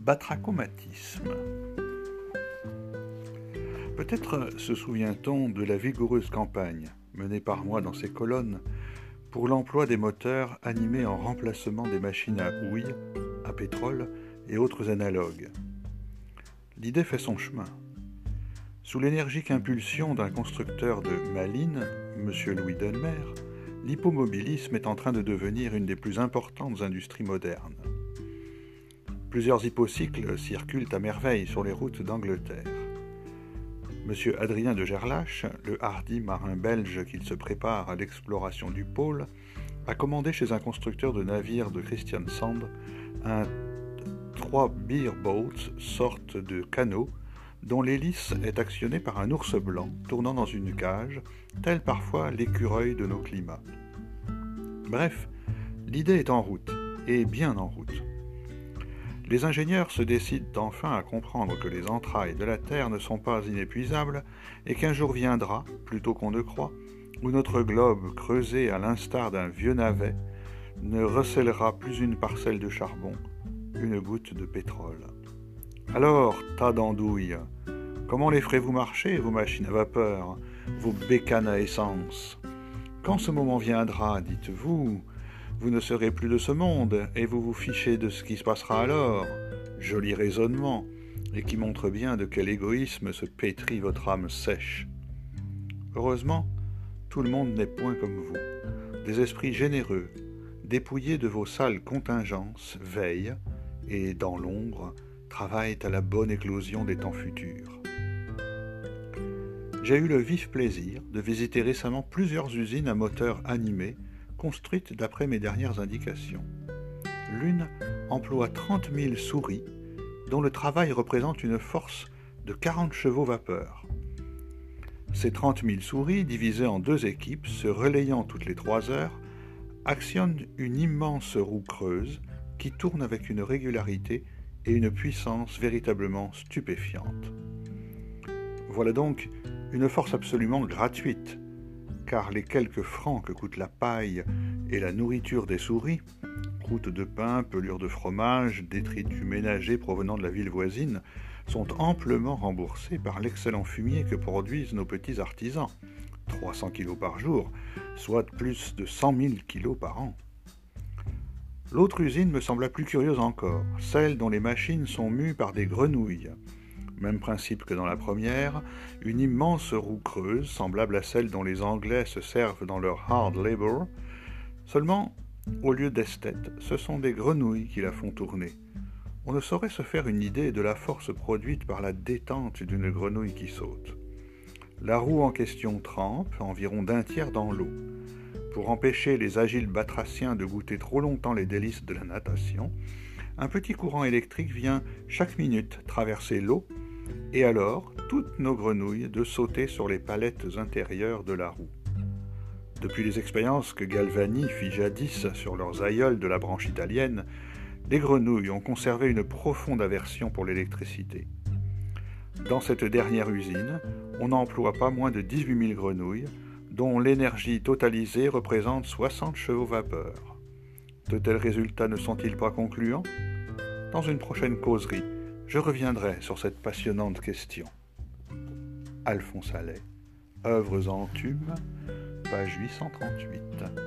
batrachomatisme. Peut-être se souvient-on de la vigoureuse campagne menée par moi dans ces colonnes pour l'emploi des moteurs animés en remplacement des machines à houille, à pétrole et autres analogues. L'idée fait son chemin. Sous l'énergique impulsion d'un constructeur de Malines, M. Louis Denmer, l'hippomobilisme est en train de devenir une des plus importantes industries modernes. Plusieurs hippocycles circulent à merveille sur les routes d'Angleterre. M. Adrien de Gerlache, le hardi marin belge qu'il se prépare à l'exploration du pôle, a commandé chez un constructeur de navires de Kristiansand un 3 beer boats, sorte de canot, dont l'hélice est actionnée par un ours blanc tournant dans une cage, tel parfois l'écureuil de nos climats. Bref, l'idée est en route, et bien en route. Les ingénieurs se décident enfin à comprendre que les entrailles de la Terre ne sont pas inépuisables et qu'un jour viendra, plus tôt qu'on ne croit, où notre globe, creusé à l'instar d'un vieux navet, ne recèlera plus une parcelle de charbon, une goutte de pétrole. Alors, tas d'andouilles, comment les ferez-vous marcher, vos machines à vapeur, vos bécanes à essence? Quand ce moment viendra, dites-vous, vous ne serez plus de ce monde, et vous vous fichez de ce qui se passera alors. Joli raisonnement, et qui montre bien de quel égoïsme se pétrit votre âme sèche. Heureusement, tout le monde n'est point comme vous. Des esprits généreux, dépouillés de vos sales contingences, veillent, et dans l'ombre, travaillent à la bonne éclosion des temps futurs. J'ai eu le vif plaisir de visiter récemment plusieurs usines à moteur animé, construites d'après mes dernières indications. L'une emploie 30 000 souris, dont le travail représente une force de 40 chevaux vapeur. Ces 30 000 souris, divisées en 2 équipes, se relayant toutes les 3 heures, actionnent une immense roue creuse qui tourne avec une régularité et une puissance véritablement stupéfiantes. Voilà donc une force absolument gratuite, car les quelques francs que coûte la paille et la nourriture des souris, croûtes de pain, pelures de fromage, détritus ménagers provenant de la ville voisine, sont amplement remboursés par l'excellent fumier que produisent nos petits artisans, 300 kilos par jour, soit plus de 100 000 kilos par an. L'autre usine me sembla plus curieuse encore, celle dont les machines sont mues par des grenouilles. Même principe que dans la première, une immense roue creuse, semblable à celle dont les Anglais se servent dans leur hard labour. Seulement, au lieu d'esthètes, ce sont des grenouilles qui la font tourner. On ne saurait se faire une idée de la force produite par la détente d'une grenouille qui saute. La roue en question trempe environ d'un tiers dans l'eau. Pour empêcher les agiles batraciens de goûter trop longtemps les délices de la natation, un petit courant électrique vient chaque minute traverser l'eau, et alors toutes nos grenouilles de sauter sur les palettes intérieures de la roue. Depuis les expériences que Galvani fit jadis sur leurs aïeuls de la branche italienne, les grenouilles ont conservé une profonde aversion pour l'électricité. Dans cette dernière usine, on n'emploie pas moins de 18 000 grenouilles, dont l'énergie totalisée représente 60 chevaux vapeur. De tels résultats ne sont-ils pas concluants? Dans une prochaine causerie, je reviendrai sur cette passionnante question. Alphonse Allais, Œuvres en Tume, page 838.